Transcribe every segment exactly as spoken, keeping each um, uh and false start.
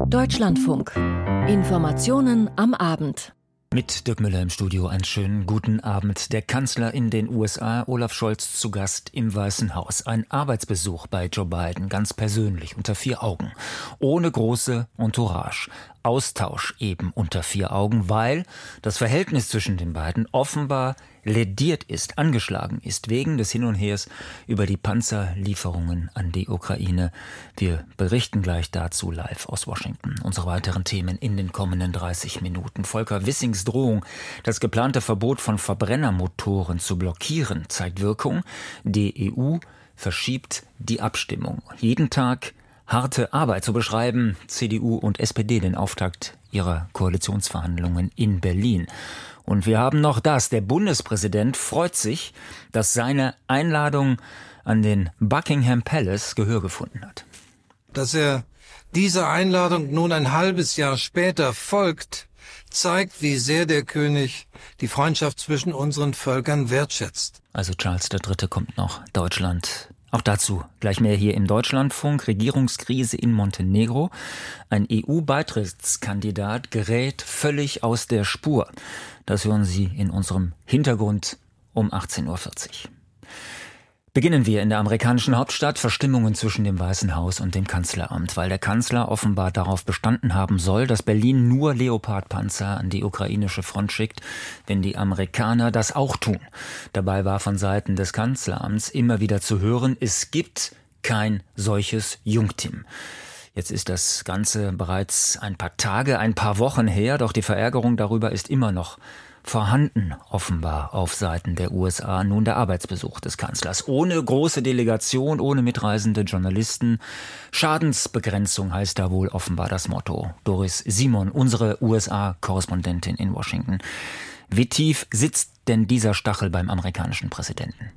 Deutschlandfunk. Informationen am Abend. Mit Dirk Müller im Studio einen schönen guten Abend. Der Kanzler in den U S A, Olaf Scholz, zu Gast im Weißen Haus. Ein Arbeitsbesuch bei Joe Biden, ganz persönlich, unter vier Augen. Ohne große Entourage. Austausch eben unter vier Augen, weil das Verhältnis zwischen den beiden offenbar lädiert ist, angeschlagen ist, wegen des Hin und Hers über die Panzerlieferungen an die Ukraine. Wir berichten gleich dazu live aus Washington. Unsere weiteren Themen in den kommenden dreißig Minuten. Volker Wissings Drohung, das geplante Verbot von Verbrennermotoren zu blockieren, zeigt Wirkung. Die E U verschiebt die Abstimmung. Jeden Tag harte Arbeit, so beschreiben C D U und S P D den Auftakt ihrer Koalitionsverhandlungen in Berlin. Und wir haben noch das. Der Bundespräsident freut sich, dass seine Einladung an den Buckingham Palace Gehör gefunden hat. Dass er dieser Einladung nun ein halbes Jahr später folgt, zeigt, wie sehr der König die Freundschaft zwischen unseren Völkern wertschätzt. Also Charles der Dritte kommt noch. Deutschland. Auch dazu gleich mehr hier im Deutschlandfunk. Regierungskrise in Montenegro. Ein E U-Beitrittskandidat gerät völlig aus der Spur. Das hören Sie in unserem Hintergrund um achtzehn Uhr vierzig. Beginnen wir in der amerikanischen Hauptstadt. Verstimmungen zwischen dem Weißen Haus und dem Kanzleramt, weil der Kanzler offenbar darauf bestanden haben soll, dass Berlin nur Leopard-Panzer an die ukrainische Front schickt, wenn die Amerikaner das auch tun. Dabei war von Seiten des Kanzleramts immer wieder zu hören, es gibt kein solches Jungtim. Jetzt ist das Ganze bereits ein paar Tage, ein paar Wochen her, doch die Verärgerung darüber ist immer noch vorhanden, offenbar auf Seiten der U S A. Nun der Arbeitsbesuch des Kanzlers. Ohne große Delegation, ohne mitreisende Journalisten. Schadensbegrenzung heißt da wohl offenbar das Motto. Doris Simon, unsere U S A-Korrespondentin in Washington. Wie tief sitzt denn dieser Stachel beim amerikanischen Präsidenten?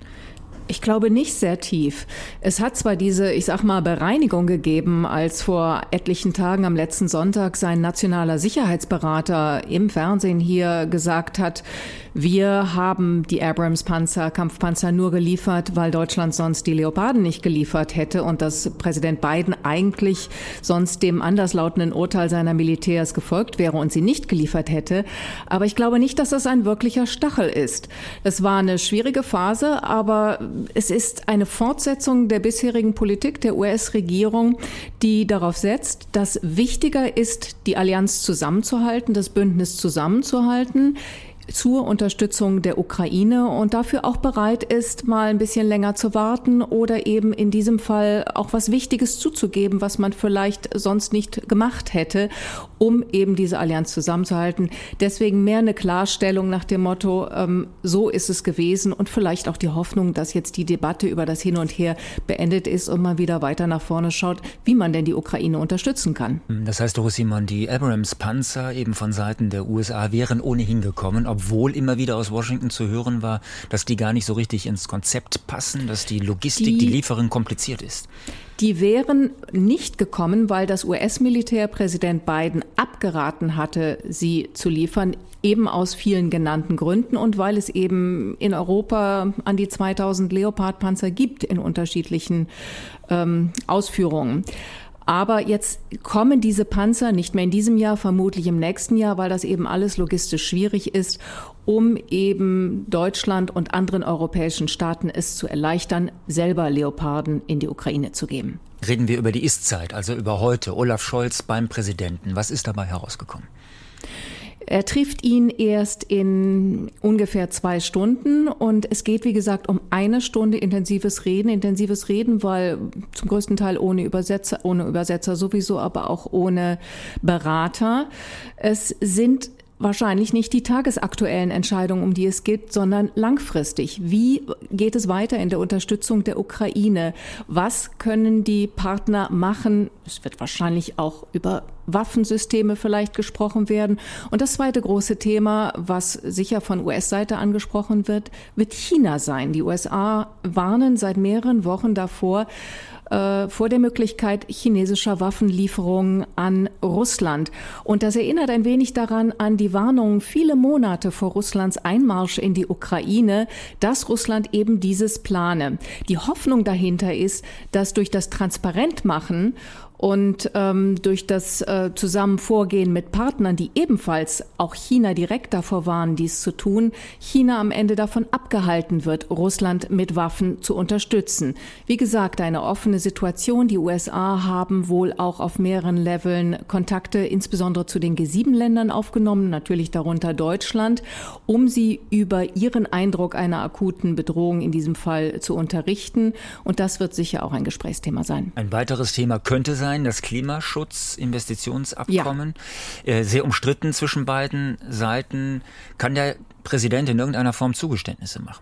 Ich glaube nicht sehr tief. Es hat zwar diese, ich sag mal, Bereinigung gegeben, als vor etlichen Tagen am letzten Sonntag sein nationaler Sicherheitsberater im Fernsehen hier gesagt hat, wir haben die Abrams-Panzer, Kampfpanzer nur geliefert, weil Deutschland sonst die Leoparden nicht geliefert hätte und dass Präsident Biden eigentlich sonst dem anderslautenden Urteil seiner Militärs gefolgt wäre und sie nicht geliefert hätte. Aber ich glaube nicht, dass das ein wirklicher Stachel ist. Es war eine schwierige Phase, aber es ist eine Fortsetzung der bisherigen Politik der U S-Regierung, die darauf setzt, dass wichtiger ist, die Allianz zusammenzuhalten, das Bündnis zusammenzuhalten, zur Unterstützung der Ukraine und dafür auch bereit ist, mal ein bisschen länger zu warten oder eben in diesem Fall auch was Wichtiges zuzugeben, was man vielleicht sonst nicht gemacht hätte, um eben diese Allianz zusammenzuhalten. Deswegen mehr eine Klarstellung nach dem Motto, ähm, so ist es gewesen und vielleicht auch die Hoffnung, dass jetzt die Debatte über das Hin und Her beendet ist und man wieder weiter nach vorne schaut, wie man denn die Ukraine unterstützen kann. Das heißt, Doris Simon, die Abrams-Panzer eben von Seiten der U S A wären ohnehin gekommen, obwohl immer wieder aus Washington zu hören war, dass die gar nicht so richtig ins Konzept passen, dass die Logistik, die, die Lieferung kompliziert ist. Die wären nicht gekommen, weil das U S-Militär Präsident Biden abgeraten hatte, sie zu liefern, eben aus vielen genannten Gründen und weil es eben in Europa an die zweitausend Leopard-Panzer gibt in unterschiedlichen ähm, Ausführungen. Aber jetzt kommen diese Panzer nicht mehr in diesem Jahr, vermutlich im nächsten Jahr, weil das eben alles logistisch schwierig ist, um eben Deutschland und anderen europäischen Staaten es zu erleichtern, selber Leoparden in die Ukraine zu geben. Reden wir über die Ist-Zeit, also über heute. Olaf Scholz beim Präsidenten. Was ist dabei herausgekommen? Er trifft ihn erst in ungefähr zwei Stunden und es geht, wie gesagt, um eine Stunde intensives Reden. Intensives Reden, weil zum größten Teil ohne Übersetzer, ohne Übersetzer sowieso, aber auch ohne Berater. Es sind wahrscheinlich nicht die tagesaktuellen Entscheidungen, um die es geht, sondern langfristig. Wie geht es weiter in der Unterstützung der Ukraine? Was können die Partner machen? Es wird wahrscheinlich auch über Waffensysteme vielleicht gesprochen werden. Und das zweite große Thema, was sicher von U S-Seite angesprochen wird, wird China sein. Die U S A warnen seit mehreren Wochen davor, äh, vor der Möglichkeit chinesischer Waffenlieferungen an Russland. Und das erinnert ein wenig daran an die Warnungen viele Monate vor Russlands Einmarsch in die Ukraine, dass Russland eben dieses plane. Die Hoffnung dahinter ist, dass durch das Transparentmachen Und ähm, durch das äh, Zusammenvorgehen mit Partnern, die ebenfalls auch China direkt davor warnen, dies zu tun, China am Ende davon abgehalten wird, Russland mit Waffen zu unterstützen. Wie gesagt, eine offene Situation. Die U S A haben wohl auch auf mehreren Leveln Kontakte, insbesondere zu den G sieben Ländern aufgenommen, natürlich darunter Deutschland, um sie über ihren Eindruck einer akuten Bedrohung in diesem Fall zu unterrichten. Und das wird sicher auch ein Gesprächsthema sein. Ein weiteres Thema könnte sein, das Klimaschutz-Investitionsabkommen. Ja. Äh, sehr umstritten zwischen beiden Seiten. Kann der Präsident in irgendeiner Form Zugeständnisse machen?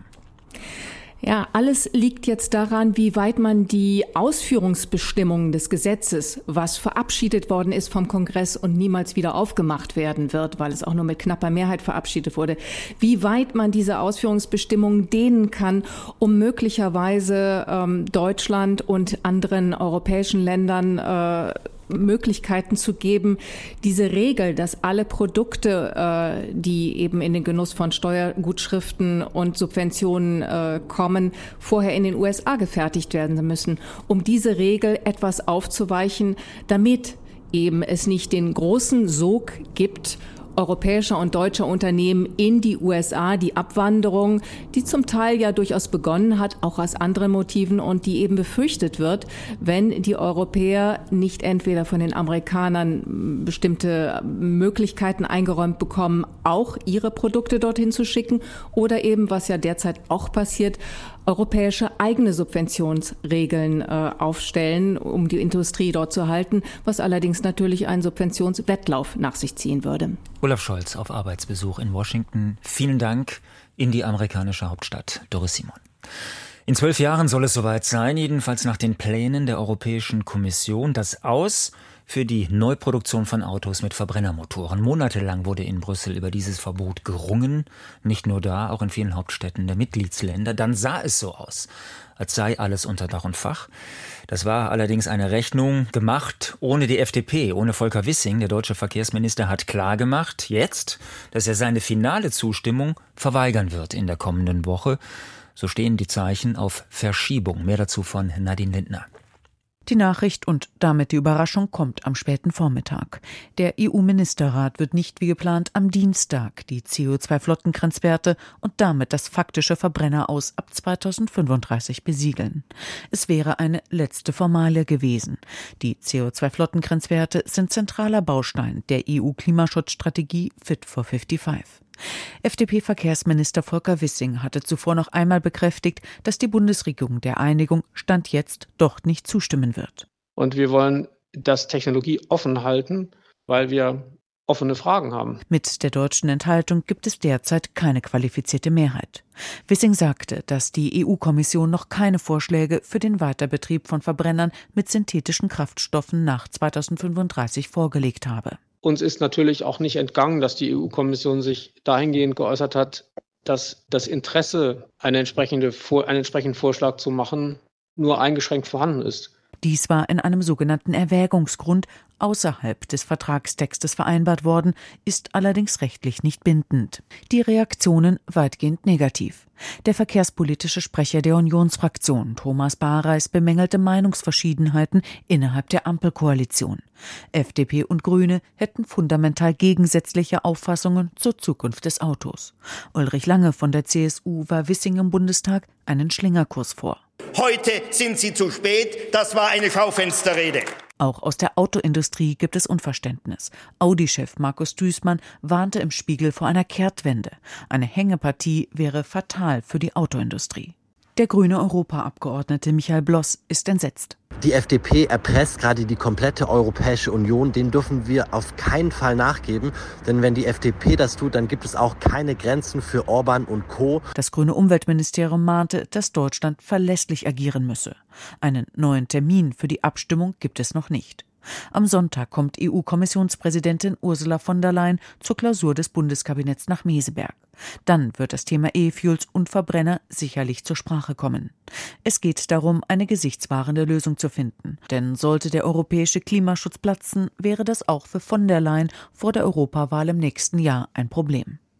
Ja, alles liegt jetzt daran, wie weit man die Ausführungsbestimmungen des Gesetzes, was verabschiedet worden ist vom Kongress und niemals wieder aufgemacht werden wird, weil es auch nur mit knapper Mehrheit verabschiedet wurde, wie weit man diese Ausführungsbestimmungen dehnen kann, um möglicherweise ähm, Deutschland und anderen europäischen Ländern äh, Möglichkeiten zu geben, diese Regel, dass alle Produkte, äh, die eben in den Genuss von Steuergutschriften und Subventionen äh, kommen, vorher in den U S A gefertigt werden müssen, um diese Regel etwas aufzuweichen, damit eben es nicht den großen Sog gibt, europäischer und deutscher Unternehmen in die U S A, die Abwanderung, die zum Teil ja durchaus begonnen hat, auch aus anderen Motiven und die eben befürchtet wird, wenn die Europäer nicht entweder von den Amerikanern bestimmte Möglichkeiten eingeräumt bekommen, auch ihre Produkte dorthin zu schicken oder eben, was ja derzeit auch passiert, europäische eigene Subventionsregeln äh, aufstellen, um die Industrie dort zu halten, was allerdings natürlich einen Subventionswettlauf nach sich ziehen würde. Olaf Scholz auf Arbeitsbesuch in Washington. Vielen Dank in die amerikanische Hauptstadt. Doris Simon. In zwölf Jahren soll es soweit sein, jedenfalls nach den Plänen der Europäischen Kommission, das Aus für die Neuproduktion von Autos mit Verbrennermotoren. Monatelang wurde in Brüssel über dieses Verbot gerungen. Nicht nur da, auch in vielen Hauptstädten der Mitgliedsländer. Dann sah es so aus, als sei alles unter Dach und Fach. Das war allerdings eine Rechnung gemacht ohne die F D P, ohne Volker Wissing. Der deutsche Verkehrsminister hat klargemacht, jetzt, dass er seine finale Zustimmung verweigern wird in der kommenden Woche. So stehen die Zeichen auf Verschiebung. Mehr dazu von Nadine Lindner. Die Nachricht und damit die Überraschung kommt am späten Vormittag. Der E U-Ministerrat wird nicht wie geplant am Dienstag die C O zwei Flottengrenzwerte und damit das faktische Verbrenneraus ab zweitausendfünfunddreißig besiegeln. Es wäre eine letzte Formalie gewesen. Die C O zwei Flottengrenzwerte sind zentraler Baustein der E U-Klimaschutzstrategie Fit for fünfundfünfzig. F D P-Verkehrsminister Volker Wissing hatte zuvor noch einmal bekräftigt, dass die Bundesregierung der Einigung Stand jetzt doch nicht zustimmen wird. Und wir wollen das Technologie offen halten, weil wir offene Fragen haben. Mit der deutschen Enthaltung gibt es derzeit keine qualifizierte Mehrheit. Wissing sagte, dass die E U-Kommission noch keine Vorschläge für den Weiterbetrieb von Verbrennern mit synthetischen Kraftstoffen nach zweitausendfünfunddreißig vorgelegt habe. Uns ist natürlich auch nicht entgangen, dass die E U-Kommission sich dahingehend geäußert hat, dass das Interesse, eine entsprechende, einen entsprechenden Vorschlag zu machen, nur eingeschränkt vorhanden ist. Dies war in einem sogenannten Erwägungsgrund außerhalb des Vertragstextes vereinbart worden, ist allerdings rechtlich nicht bindend. Die Reaktionen weitgehend negativ. Der verkehrspolitische Sprecher der Unionsfraktion, Thomas Bareis, bemängelte Meinungsverschiedenheiten innerhalb der Ampelkoalition. F D P und Grüne hätten fundamental gegensätzliche Auffassungen zur Zukunft des Autos. Ulrich Lange von der C S U war Wissing im Bundestag einen Schlingerkurs vor. Heute sind Sie zu spät, das war eine Schaufensterrede. Auch aus der Autoindustrie gibt es Unverständnis. Audi-Chef Markus Duesmann warnte im Spiegel vor einer Kehrtwende. Eine Hängepartie wäre fatal für die Autoindustrie. Der grüne Europaabgeordnete Michael Bloss ist entsetzt. Die F D P erpresst gerade die komplette Europäische Union. Den dürfen wir auf keinen Fall nachgeben. Denn wenn die F D P das tut, dann gibt es auch keine Grenzen für Orban und Co. Das grüne Umweltministerium mahnte, dass Deutschland verlässlich agieren müsse. Einen neuen Termin für die Abstimmung gibt es noch nicht. Am Sonntag kommt E U-Kommissionspräsidentin Ursula von der Leyen zur Klausur des Bundeskabinetts nach Meseberg. Dann wird das Thema E-Fuels und Verbrenner sicherlich zur Sprache kommen. Es geht darum, eine gesichtswahrende Lösung zu finden. Denn sollte der europäische Klimaschutz platzen, wäre das auch für von der Leyen vor der Europawahl im nächsten Jahr ein Problem.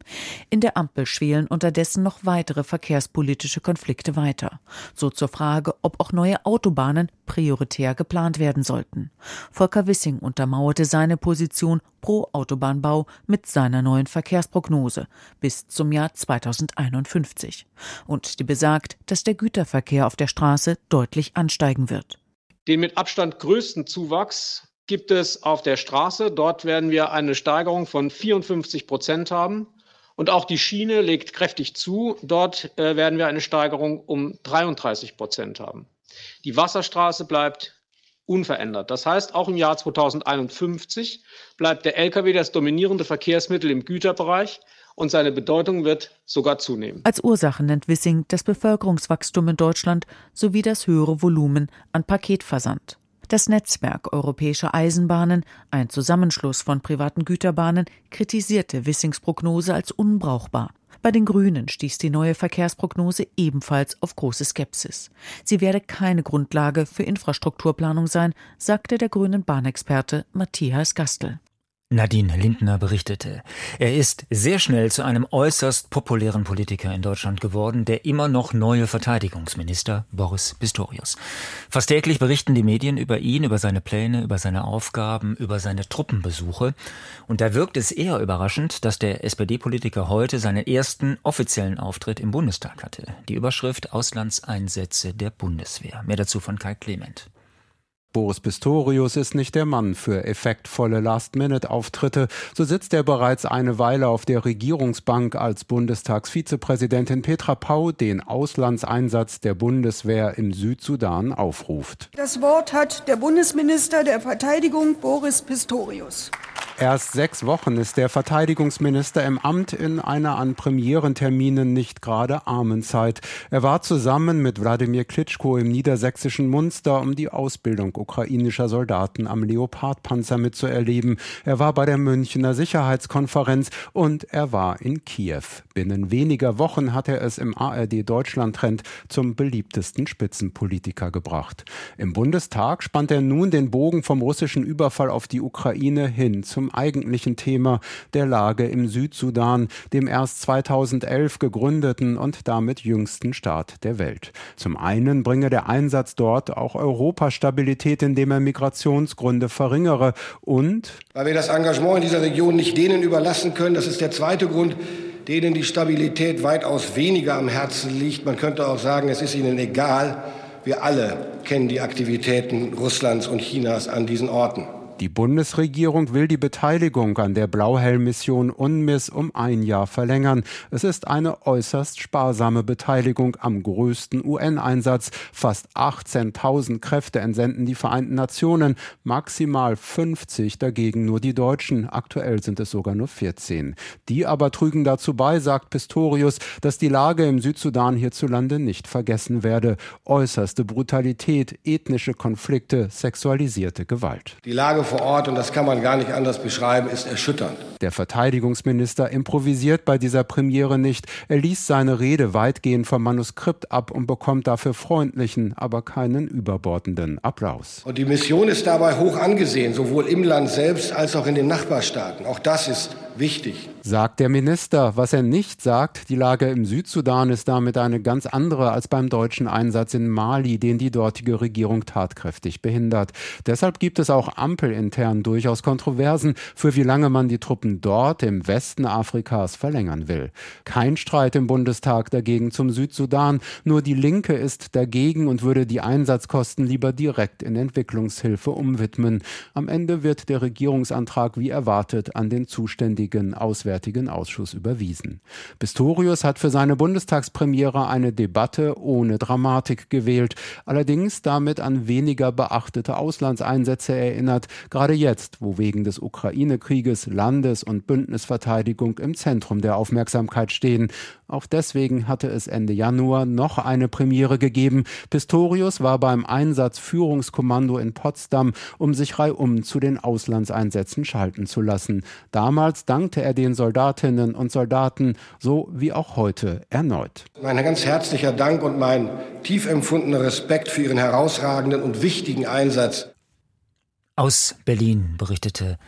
In der Ampel schwelen unterdessen noch weitere verkehrspolitische Konflikte weiter. So zur Frage, ob auch neue Autobahnen prioritär geplant werden sollten. Volker Wissing untermauerte seine Position pro Autobahnbau mit seiner neuen Verkehrsprognose bis zum Jahr zweitausendeinundfünfzig. Und die besagt, dass der Güterverkehr auf der Straße deutlich ansteigen wird. Den mit Abstand größten Zuwachs gibt es auf der Straße. Dort werden wir eine Steigerung von vierundfünfzig Prozent haben. Und auch die Schiene legt kräftig zu. Dort äh, werden wir eine Steigerung um dreiunddreißig Prozent haben. Die Wasserstraße bleibt unverändert. Das heißt, auch im Jahr zweitausendeinundfünfzig bleibt der L K W das dominierende Verkehrsmittel im Güterbereich und seine Bedeutung wird sogar zunehmen. Als Ursache nennt Wissing das Bevölkerungswachstum in Deutschland sowie das höhere Volumen an Paketversand. Das Netzwerk Europäischer Eisenbahnen, ein Zusammenschluss von privaten Güterbahnen, kritisierte Wissings Prognose als unbrauchbar. Bei den Grünen stieß die neue Verkehrsprognose ebenfalls auf große Skepsis. Sie werde keine Grundlage für Infrastrukturplanung sein, sagte der grünen Bahnexperte Matthias Gastl. Nadine Lindner berichtete, er ist sehr schnell zu einem äußerst populären Politiker in Deutschland geworden, der immer noch neue Verteidigungsminister Boris Pistorius. Fast täglich berichten die Medien über ihn, über seine Pläne, über seine Aufgaben, über seine Truppenbesuche. Und da wirkt es eher überraschend, dass der S P D-Politiker heute seinen ersten offiziellen Auftritt im Bundestag hatte. Die Überschrift Auslandseinsätze der Bundeswehr. Mehr dazu von Kai Clement. Boris Pistorius ist nicht der Mann für effektvolle Last-Minute-Auftritte. So sitzt er bereits eine Weile auf der Regierungsbank, als Bundestagsvizepräsidentin Petra Pau den Auslandseinsatz der Bundeswehr im Südsudan aufruft. Das Wort hat der Bundesminister der Verteidigung, Boris Pistorius. Erst sechs Wochen ist der Verteidigungsminister im Amt, in einer an Premierenterminen nicht gerade armen Zeit. Er war zusammen mit Wladimir Klitschko im niedersächsischen Munster, um die Ausbildung ukrainischer Soldaten am Leopardpanzer mitzuerleben. Er war bei der Münchner Sicherheitskonferenz und er war in Kiew. Binnen weniger Wochen hat er es im A R D-Deutschland-Trend zum beliebtesten Spitzenpolitiker gebracht. Im Bundestag spannt er nun den Bogen vom russischen Überfall auf die Ukraine hin zum eigentlichen Thema der Lage im Südsudan, dem erst zweitausendelf gegründeten und damit jüngsten Staat der Welt. Zum einen bringe der Einsatz dort auch Europa Stabilität, indem er Migrationsgründe verringere und weil wir das Engagement in dieser Region nicht denen überlassen können, das ist der zweite Grund, denen die Stabilität weitaus weniger am Herzen liegt. Man könnte auch sagen, es ist ihnen egal. Wir alle kennen die Aktivitäten Russlands und Chinas an diesen Orten. Die Bundesregierung will die Beteiligung an der Blauhelm-Mission UNMISS um ein Jahr verlängern. Es ist eine äußerst sparsame Beteiligung am größten U N-Einsatz. Fast achtzehntausend Kräfte entsenden die Vereinten Nationen, maximal fünfzig dagegen nur die Deutschen. Aktuell sind es sogar nur vierzehn. Die aber trügen dazu bei, sagt Pistorius, dass die Lage im Südsudan hierzulande nicht vergessen werde. Äußerste Brutalität, ethnische Konflikte, sexualisierte Gewalt. Die Lage vor Ort, und das kann man gar nicht anders beschreiben, ist erschütternd. Der Verteidigungsminister improvisiert bei dieser Premiere nicht. Er liest seine Rede weitgehend vom Manuskript ab und bekommt dafür freundlichen, aber keinen überbordenden Applaus. Und die Mission ist dabei hoch angesehen, sowohl im Land selbst als auch in den Nachbarstaaten. Auch das ist wichtig. Sagt der Minister. Was er nicht sagt, die Lage im Südsudan ist damit eine ganz andere als beim deutschen Einsatz in Mali, den die dortige Regierung tatkräftig behindert. Deshalb gibt es auch ampelintern durchaus Kontroversen, für wie lange man die Truppen dort im Westen Afrikas verlängern will. Kein Streit im Bundestag dagegen zum Südsudan, nur die Linke ist dagegen und würde die Einsatzkosten lieber direkt in Entwicklungshilfe umwidmen. Am Ende wird der Regierungsantrag wie erwartet an den zuständigen Auswärtigen Ausschuss überwiesen. Pistorius hat für seine Bundestagspremiere eine Debatte ohne Dramatik gewählt, allerdings damit an weniger beachtete Auslandseinsätze erinnert, gerade jetzt, wo wegen des Ukraine-Krieges Landes- und Bündnisverteidigung im Zentrum der Aufmerksamkeit stehen. Auch deswegen hatte es Ende Januar noch eine Premiere gegeben. Pistorius war beim Einsatzführungskommando in Potsdam, um sich reihum zu den Auslandseinsätzen schalten zu lassen. Damals dankte er den Soldatinnen und Soldaten, so wie auch heute erneut. Mein ganz herzlicher Dank und mein tief empfundener Respekt für Ihren herausragenden und wichtigen Einsatz. Aus Berlin berichtete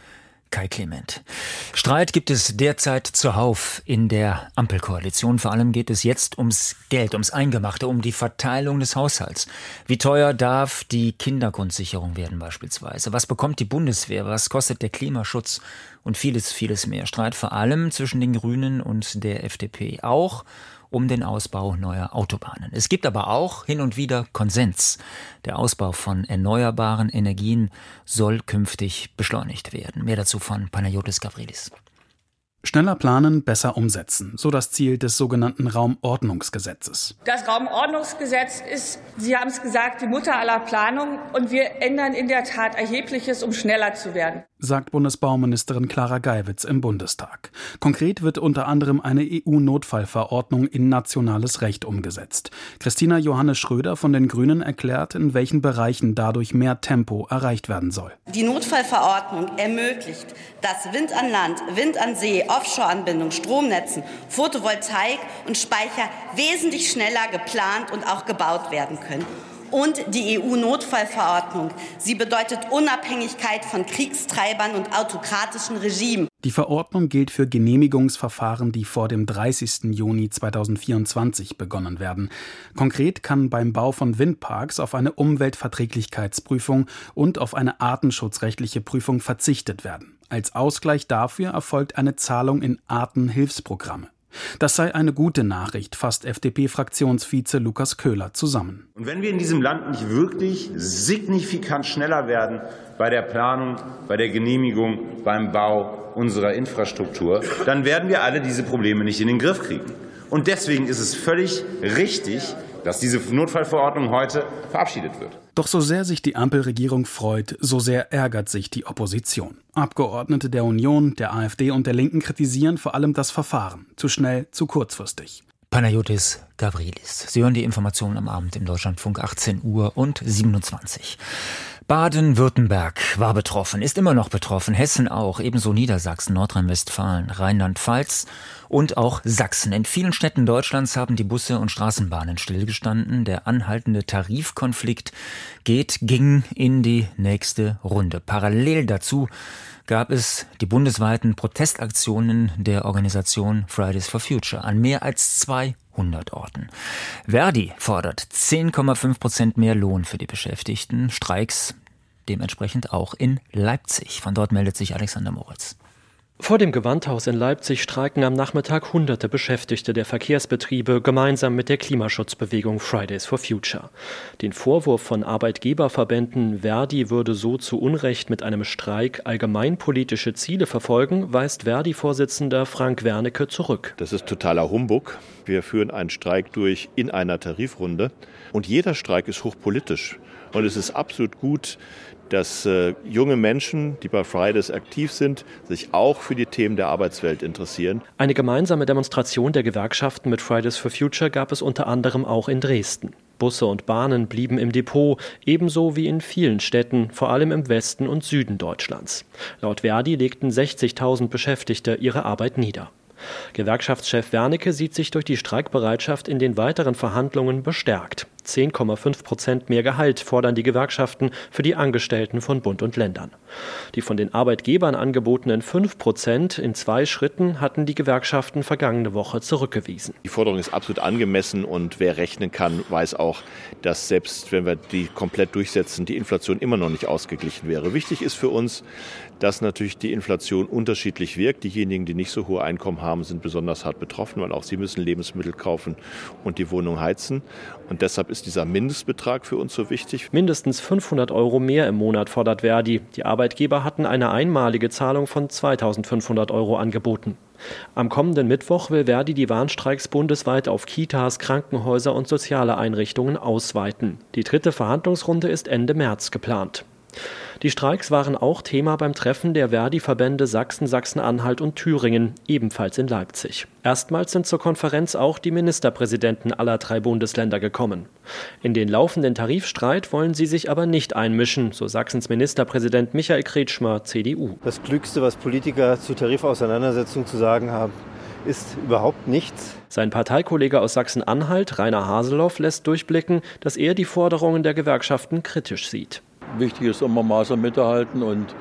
Kai Clement. Streit gibt es derzeit zuhauf in der Ampelkoalition. Vor allem geht es jetzt ums Geld, ums Eingemachte, um die Verteilung des Haushalts. Wie teuer darf die Kindergrundsicherung werden beispielsweise? Was bekommt die Bundeswehr? Was kostet der Klimaschutz? Und vieles, vieles mehr. Streit vor allem zwischen den Grünen und der F D P. Auch um den Ausbau neuer Autobahnen. Es gibt aber auch hin und wieder Konsens. Der Ausbau von erneuerbaren Energien soll künftig beschleunigt werden. Mehr dazu von Panayotis Gavrilis. Schneller planen, besser umsetzen. So das Ziel des sogenannten Raumordnungsgesetzes. Das Raumordnungsgesetz ist, Sie haben es gesagt, die Mutter aller Planung. Und wir ändern in der Tat Erhebliches, um schneller zu werden, sagt Bundesbauministerin Clara Geiwitz im Bundestag. Konkret wird unter anderem eine E U-Notfallverordnung in nationales Recht umgesetzt. Christina Johannes Schröder von den Grünen erklärt, in welchen Bereichen dadurch mehr Tempo erreicht werden soll. Die Notfallverordnung ermöglicht, dass Wind an Land, Wind an See, Offshore-Anbindung, Stromnetzen, Photovoltaik und Speicher wesentlich schneller geplant und auch gebaut werden können. Und die E U-Notfallverordnung. Sie bedeutet Unabhängigkeit von Kriegstreibern und autokratischen Regimen. Die Verordnung gilt für Genehmigungsverfahren, die vor dem dreißigsten Juni zweitausendvierundzwanzig begonnen werden. Konkret kann beim Bau von Windparks auf eine Umweltverträglichkeitsprüfung und auf eine artenschutzrechtliche Prüfung verzichtet werden. Als Ausgleich dafür erfolgt eine Zahlung in Artenhilfsprogramme. Das sei eine gute Nachricht, fasst F D P-Fraktionsvize Lukas Köhler zusammen. Und wenn wir in diesem Land nicht wirklich signifikant schneller werden bei der Planung, bei der Genehmigung, beim Bau unserer Infrastruktur, dann werden wir alle diese Probleme nicht in den Griff kriegen. Und deswegen ist es völlig richtig, dass diese Notfallverordnung heute verabschiedet wird. Doch so sehr sich die Ampelregierung freut, so sehr ärgert sich die Opposition. Abgeordnete der Union, der AfD und der Linken kritisieren vor allem das Verfahren. Zu schnell, zu kurzfristig. Panayotis Gavrilis. Sie hören die Informationen am Abend im Deutschlandfunk, achtzehn Uhr und siebenundzwanzig. Baden-Württemberg war betroffen, ist immer noch betroffen, Hessen auch, ebenso Niedersachsen, Nordrhein-Westfalen, Rheinland-Pfalz und auch Sachsen. In vielen Städten Deutschlands haben die Busse und Straßenbahnen stillgestanden. Der anhaltende Tarifkonflikt geht, ging in die nächste Runde. Parallel dazu gab es die bundesweiten Protestaktionen der Organisation Fridays for Future an mehr als zweihundert Orten. Verdi fordert zehn Komma fünf Prozent mehr Lohn für die Beschäftigten. Streiks dementsprechend auch in Leipzig. Von dort meldet sich Alexander Moritz. Vor dem Gewandhaus in Leipzig streiken am Nachmittag hunderte Beschäftigte der Verkehrsbetriebe gemeinsam mit der Klimaschutzbewegung Fridays for Future. Den Vorwurf von Arbeitgeberverbänden, Verdi würde so zu Unrecht mit einem Streik allgemeinpolitische Ziele verfolgen, weist Verdi-Vorsitzender Frank Wernicke zurück. Das ist totaler Humbug. Wir führen einen Streik durch in einer Tarifrunde und jeder Streik ist hochpolitisch. Und es ist absolut gut, dass äh, junge Menschen, die bei Fridays aktiv sind, sich auch für die Themen der Arbeitswelt interessieren. Eine gemeinsame Demonstration der Gewerkschaften mit Fridays for Future gab es unter anderem auch in Dresden. Busse und Bahnen blieben im Depot, ebenso wie in vielen Städten, vor allem im Westen und Süden Deutschlands. Laut Verdi legten sechzigtausend Beschäftigte ihre Arbeit nieder. Gewerkschaftschef Wernicke sieht sich durch die Streikbereitschaft in den weiteren Verhandlungen bestärkt. zehn Komma fünf Prozent mehr Gehalt fordern die Gewerkschaften für die Angestellten von Bund und Ländern. Die von den Arbeitgebern angebotenen fünf Prozent in zwei Schritten hatten die Gewerkschaften vergangene Woche zurückgewiesen. Die Forderung ist absolut angemessen und wer rechnen kann, weiß auch, dass selbst wenn wir die komplett durchsetzen, die Inflation immer noch nicht ausgeglichen wäre. Wichtig ist für uns, dass natürlich die Inflation unterschiedlich wirkt. Diejenigen, die nicht so hohe Einkommen haben, sind besonders hart betroffen, weil auch sie müssen Lebensmittel kaufen und die Wohnung heizen. Und deshalb ist dieser Mindestbetrag für uns so wichtig. Mindestens fünfhundert Euro mehr im Monat fordert Verdi. Die Arbeitgeber hatten eine einmalige Zahlung von zweitausendfünfhundert Euro angeboten. Am kommenden Mittwoch will Verdi die Warnstreiks bundesweit auf Kitas, Krankenhäuser und soziale Einrichtungen ausweiten. Die dritte Verhandlungsrunde ist Ende März geplant. Die Streiks waren auch Thema beim Treffen der Verdi-Verbände Sachsen, Sachsen-Anhalt und Thüringen, ebenfalls in Leipzig. Erstmals sind zur Konferenz auch die Ministerpräsidenten aller drei Bundesländer gekommen. In den laufenden Tarifstreit wollen sie sich aber nicht einmischen, so Sachsens Ministerpräsident Michael Kretschmer, C D U. Das Klügste, was Politiker zu Tarifauseinandersetzungen zu sagen haben, ist überhaupt nichts. Sein Parteikollege aus Sachsen-Anhalt, Rainer Haseloff, lässt durchblicken, dass er die Forderungen der Gewerkschaften kritisch sieht. Wichtig ist immer Maß und Mitte halten und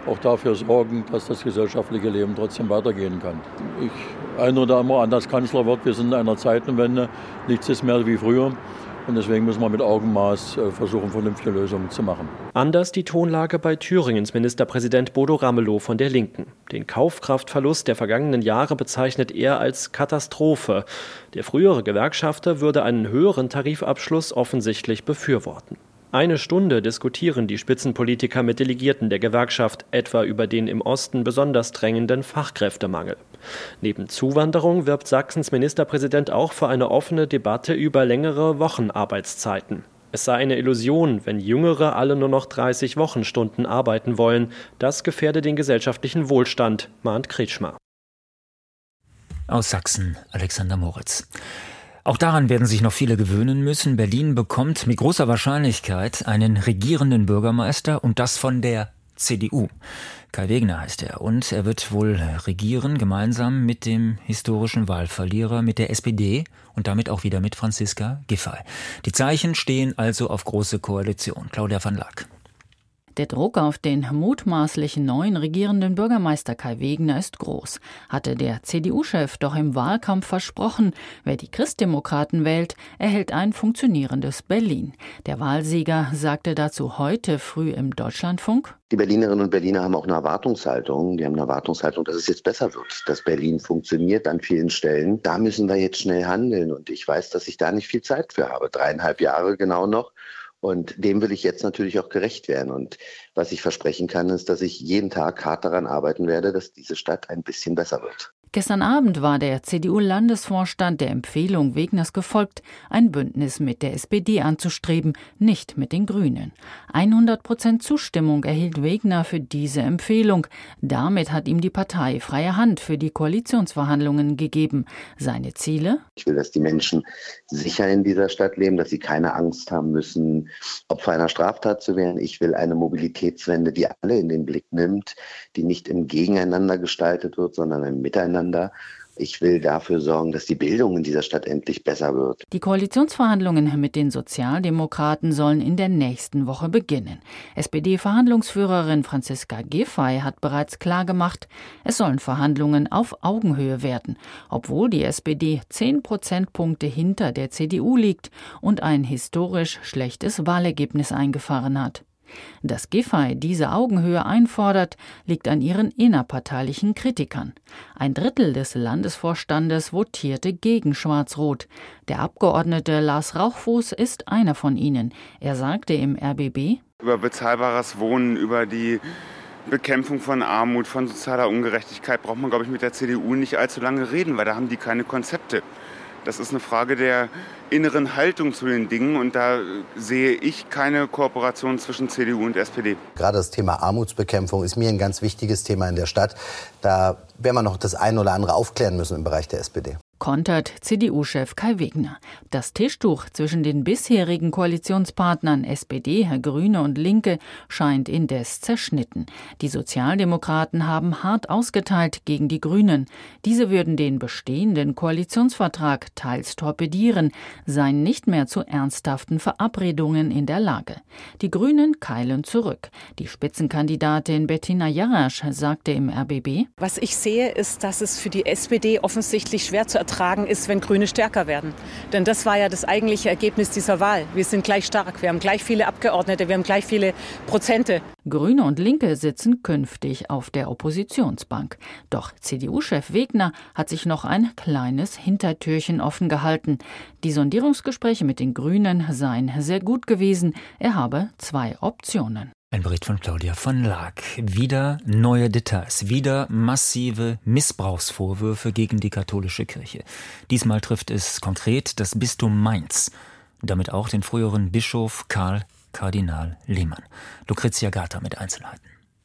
auch dafür sorgen, dass das gesellschaftliche Leben trotzdem weitergehen kann. Ich erinnere da immer an das Kanzlerwort, wir sind in einer Zeitenwende, nichts ist mehr wie früher. Und deswegen müssen wir mit Augenmaß versuchen, vernünftige Lösungen zu machen. Anders die Tonlage bei Thüringens Ministerpräsident Bodo Ramelow von der Linken. Den Kaufkraftverlust der vergangenen Jahre bezeichnet er als Katastrophe. Der frühere Gewerkschafter würde einen höheren Tarifabschluss offensichtlich befürworten. Eine Stunde diskutieren die Spitzenpolitiker mit Delegierten der Gewerkschaft, etwa über den im Osten besonders drängenden Fachkräftemangel. Neben Zuwanderung wirbt Sachsens Ministerpräsident auch für eine offene Debatte über längere Wochenarbeitszeiten. Es sei eine Illusion, wenn Jüngere alle nur noch dreißig Wochenstunden arbeiten wollen. Das gefährde den gesellschaftlichen Wohlstand, mahnt Kretschmer. Aus Sachsen, Alexander Moritz. Auch daran werden sich noch viele gewöhnen müssen. Berlin bekommt mit großer Wahrscheinlichkeit einen regierenden Bürgermeister und das von der C D U. Kai Wegner heißt er und er wird wohl regieren, gemeinsam mit dem historischen Wahlverlierer, mit der S P D und damit auch wieder mit Franziska Giffey. Die Zeichen stehen also auf große Koalition. Claudia van Laak. Der Druck auf den mutmaßlichen neuen regierenden Bürgermeister Kai Wegner ist groß. Hatte der C D U-Chef doch im Wahlkampf versprochen, wer die Christdemokraten wählt, erhält ein funktionierendes Berlin. Der Wahlsieger sagte dazu heute früh im Deutschlandfunk: Die Berlinerinnen und Berliner haben auch eine Erwartungshaltung. Die haben eine Erwartungshaltung, dass es jetzt besser wird, dass Berlin funktioniert an vielen Stellen. Da müssen wir jetzt schnell handeln und ich weiß, dass ich da nicht viel Zeit für habe. Dreieinhalb Jahre genau noch. Und dem will ich jetzt natürlich auch gerecht werden. Und was ich versprechen kann, ist, dass ich jeden Tag hart daran arbeiten werde, dass diese Stadt ein bisschen besser wird. Gestern Abend war der C D U-Landesvorstand der Empfehlung Wegners gefolgt, ein Bündnis mit der S P D anzustreben, nicht mit den Grünen. hundert Prozent Zustimmung erhielt Wegner für diese Empfehlung. Damit hat ihm die Partei freie Hand für die Koalitionsverhandlungen gegeben. Seine Ziele? Ich will, dass die Menschen sicher in dieser Stadt leben, dass sie keine Angst haben müssen, Opfer einer Straftat zu werden. Ich will eine Mobilitätswende, die alle in den Blick nimmt, die nicht im Gegeneinander gestaltet wird, sondern im Miteinander. Ich will dafür sorgen, dass die Bildung in dieser Stadt endlich besser wird. Die Koalitionsverhandlungen mit den Sozialdemokraten sollen in der nächsten Woche beginnen. S P D-Verhandlungsführerin Franziska Giffey hat bereits klargemacht, es sollen Verhandlungen auf Augenhöhe werden, obwohl die S P D zehn Prozentpunkte hinter der C D U liegt und ein historisch schlechtes Wahlergebnis eingefahren hat. Dass Giffey diese Augenhöhe einfordert, liegt an ihren innerparteilichen Kritikern. Ein Drittel des Landesvorstandes votierte gegen Schwarz-Rot. Der Abgeordnete Lars Rauchfuß ist einer von ihnen. Er sagte im R B B: Über bezahlbares Wohnen, über die Bekämpfung von Armut, von sozialer Ungerechtigkeit braucht man, glaube ich, mit der C D U nicht allzu lange reden, weil da haben die keine Konzepte. Das ist eine Frage der inneren Haltung zu den Dingen und da sehe ich keine Kooperation zwischen C D U und S P D. Gerade das Thema Armutsbekämpfung ist mir ein ganz wichtiges Thema in der Stadt. Da werden wir noch das eine oder andere aufklären müssen im Bereich der S P D. Kontert C D U-Chef Kai Wegner. Das Tischtuch zwischen den bisherigen Koalitionspartnern S P D, Grüne und Linke scheint indes zerschnitten. Die Sozialdemokraten haben hart ausgeteilt gegen die Grünen. Diese würden den bestehenden Koalitionsvertrag teils torpedieren, seien nicht mehr zu ernsthaften Verabredungen in der Lage. Die Grünen keilen zurück. Die Spitzenkandidatin Bettina Jarasch sagte im R B B: Was ich sehe, ist, dass es für die S P D offensichtlich schwer zu ertragen ist, wenn Grüne stärker werden. Denn das war ja das eigentliche Ergebnis dieser Wahl. Wir sind gleich stark, wir haben gleich viele Abgeordnete, wir haben gleich viele Prozente. Grüne und Linke sitzen künftig auf der Oppositionsbank. Doch C D U-Chef Wegner hat sich noch ein kleines Hintertürchen offen gehalten. Die Sondierungsgespräche mit den Grünen seien sehr gut gewesen. Er habe zwei Optionen. Ein Bericht von Claudia von Laak. Wieder neue Details, wieder massive Missbrauchsvorwürfe gegen die katholische Kirche. Diesmal trifft es konkret das Bistum Mainz, damit auch den früheren Bischof Karl Kardinal Lehmann. Lucrezia Gata mit Einzelheiten.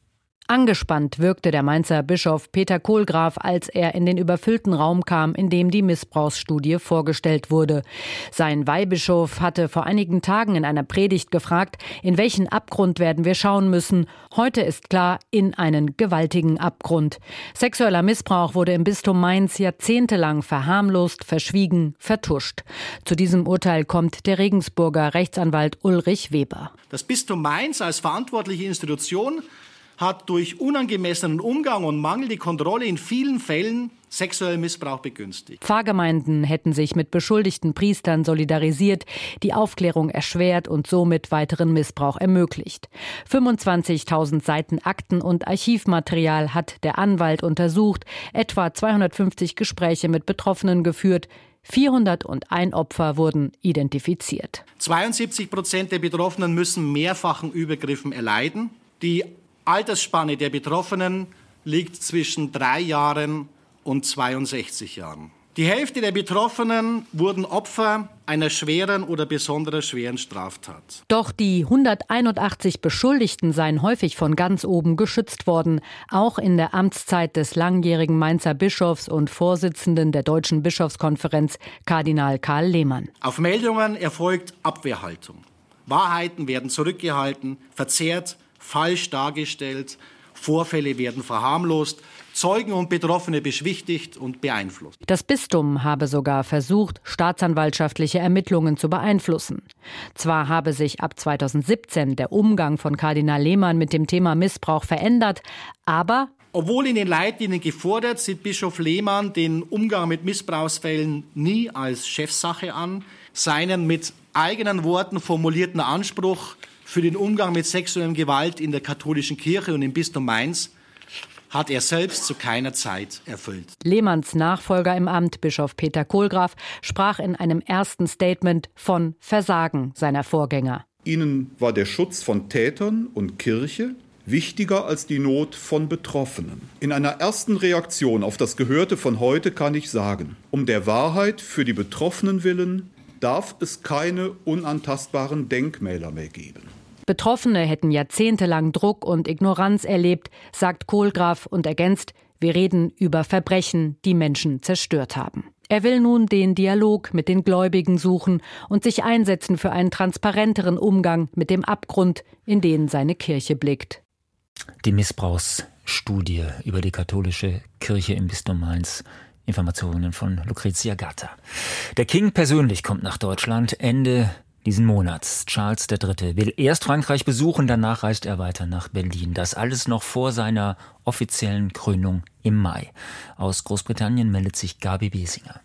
Angespannt wirkte der Mainzer Bischof Peter Kohlgraf, als er in den überfüllten Raum kam, in dem die Missbrauchsstudie vorgestellt wurde. Sein Weihbischof hatte vor einigen Tagen in einer Predigt gefragt, in welchen Abgrund werden wir schauen müssen. Heute ist klar, in einen gewaltigen Abgrund. Sexueller Missbrauch wurde im Bistum Mainz jahrzehntelang verharmlost, verschwiegen, vertuscht. Zu diesem Urteil kommt der Regensburger Rechtsanwalt Ulrich Weber. Das Bistum Mainz als verantwortliche Institution hat durch unangemessenen Umgang und mangelnde Kontrolle in vielen Fällen sexuellen Missbrauch begünstigt. Pfarrgemeinden hätten sich mit beschuldigten Priestern solidarisiert, die Aufklärung erschwert und somit weiteren Missbrauch ermöglicht. fünfundzwanzigtausend Seiten Akten und Archivmaterial hat der Anwalt untersucht, etwa zweihundertfünfzig Gespräche mit Betroffenen geführt. vierhunderteins Opfer wurden identifiziert. zweiundsiebzig Prozent der Betroffenen müssen mehrfachen Übergriffen erleiden. Die Altersspanne der Betroffenen liegt zwischen drei Jahren und zweiundsechzig Jahren. Die Hälfte der Betroffenen wurden Opfer einer schweren oder besonders schweren Straftat. Doch die hunderteinundachtzig Beschuldigten seien häufig von ganz oben geschützt worden, auch in der Amtszeit des langjährigen Mainzer Bischofs und Vorsitzenden der Deutschen Bischofskonferenz, Kardinal Karl Lehmann. Auf Meldungen erfolgt Abwehrhaltung. Wahrheiten werden zurückgehalten, verzerrt, falsch dargestellt, Vorfälle werden verharmlost, Zeugen und Betroffene beschwichtigt und beeinflusst. Das Bistum habe sogar versucht, staatsanwaltschaftliche Ermittlungen zu beeinflussen. Zwar habe sich ab zweitausendsiebzehn der Umgang von Kardinal Lehmann mit dem Thema Missbrauch verändert, aber obwohl in den Leitlinien gefordert, sieht Bischof Lehmann den Umgang mit Missbrauchsfällen nie als Chefsache an. Seinen mit eigenen Worten formulierten Anspruch für den Umgang mit sexueller Gewalt in der katholischen Kirche und im Bistum Mainz hat er selbst zu keiner Zeit erfüllt. Lehmanns Nachfolger im Amt, Bischof Peter Kohlgraf, sprach in einem ersten Statement von Versagen seiner Vorgänger. Ihnen war der Schutz von Tätern und Kirche wichtiger als die Not von Betroffenen. In einer ersten Reaktion auf das Gehörte von heute kann ich sagen, um der Wahrheit für die Betroffenen willen darf es keine unantastbaren Denkmäler mehr geben. Betroffene hätten jahrzehntelang Druck und Ignoranz erlebt, sagt Kohlgraf und ergänzt, wir reden über Verbrechen, die Menschen zerstört haben. Er will nun den Dialog mit den Gläubigen suchen und sich einsetzen für einen transparenteren Umgang mit dem Abgrund, in den seine Kirche blickt. Die Missbrauchsstudie über die katholische Kirche im Bistum Mainz. Informationen von Lucrezia Gatta. Der King persönlich kommt nach Deutschland Ende diesen Monats. Charles der Dritte will erst Frankreich besuchen, danach reist er weiter nach Berlin. Das alles noch vor seiner offiziellen Krönung im Mai. Aus Großbritannien meldet sich Gabi Besinger.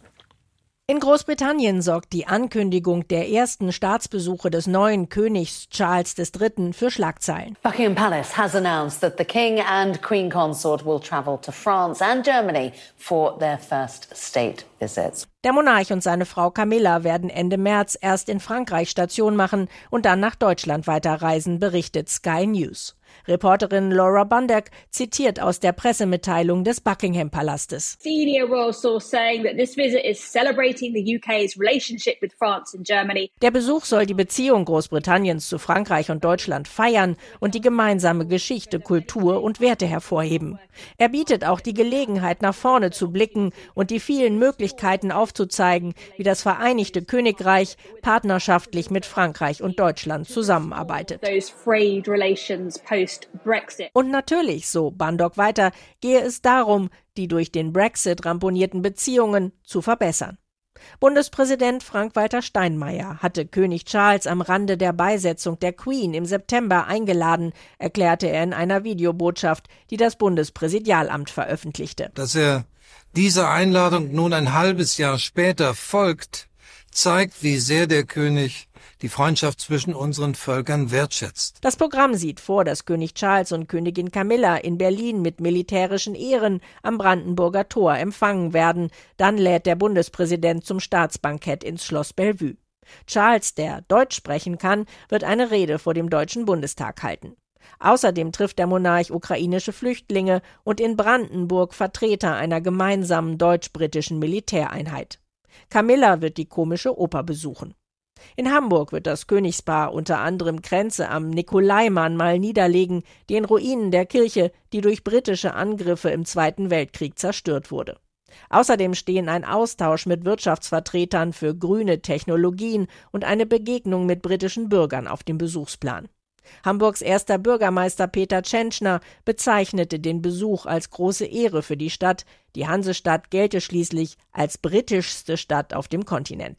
In Großbritannien sorgt die Ankündigung der ersten Staatsbesuche des neuen Königs Charles der Dritte für Schlagzeilen. Buckingham Palace has announced that the King and Queen Consort will travel to France and Germany for their first state visits. Der Monarch und seine Frau Camilla werden Ende März erst in Frankreich Station machen und dann nach Deutschland weiterreisen, berichtet Sky News. Reporterin Laura Bundock zitiert aus der Pressemitteilung des Buckingham-Palastes. Senior royal source saying that this visit is celebrating the U K's relationship with France and Germany. Der Besuch soll die Beziehung Großbritanniens zu Frankreich und Deutschland feiern und die gemeinsame Geschichte, Kultur und Werte hervorheben. Er bietet auch die Gelegenheit, nach vorne zu blicken und die vielen Möglichkeiten aufzuzeigen, wie das Vereinigte Königreich partnerschaftlich mit Frankreich und Deutschland zusammenarbeitet. Those frayed relations post Brexit. Und natürlich, so Bundock weiter, gehe es darum, die durch den Brexit ramponierten Beziehungen zu verbessern. Bundespräsident Frank-Walter Steinmeier hatte König Charles am Rande der Beisetzung der Queen im September eingeladen, erklärte er in einer Videobotschaft, die das Bundespräsidialamt veröffentlichte. Dass er dieser Einladung nun ein halbes Jahr später folgt, zeigt, wie sehr der König die Freundschaft zwischen unseren Völkern wertschätzt. Das Programm sieht vor, dass König Charles und Königin Camilla in Berlin mit militärischen Ehren am Brandenburger Tor empfangen werden. Dann lädt der Bundespräsident zum Staatsbankett ins Schloss Bellevue. Charles, der Deutsch sprechen kann, wird eine Rede vor dem Deutschen Bundestag halten. Außerdem trifft der Monarch ukrainische Flüchtlinge und in Brandenburg Vertreter einer gemeinsamen deutsch-britischen Militäreinheit. Camilla wird die Komische Oper besuchen. In Hamburg wird das Königspaar unter anderem Kränze am Nikolaimahnmal niederlegen, den Ruinen der Kirche, die durch britische Angriffe im Zweiten Weltkrieg zerstört wurde. Außerdem stehen ein Austausch mit Wirtschaftsvertretern für grüne Technologien und eine Begegnung mit britischen Bürgern auf dem Besuchsplan. Hamburgs erster Bürgermeister Peter Tschentschner bezeichnete den Besuch als große Ehre für die Stadt. Die Hansestadt gelte schließlich als britischste Stadt auf dem Kontinent.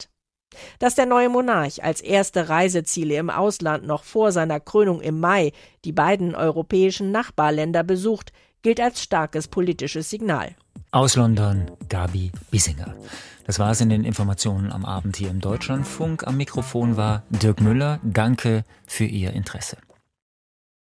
Dass der neue Monarch als erste Reiseziele im Ausland noch vor seiner Krönung im Mai die beiden europäischen Nachbarländer besucht, gilt als starkes politisches Signal. Aus London, Gabi Biesinger. Das war es in den Informationen am Abend hier im Deutschlandfunk. Am Mikrofon war Dirk Müller. Danke für Ihr Interesse.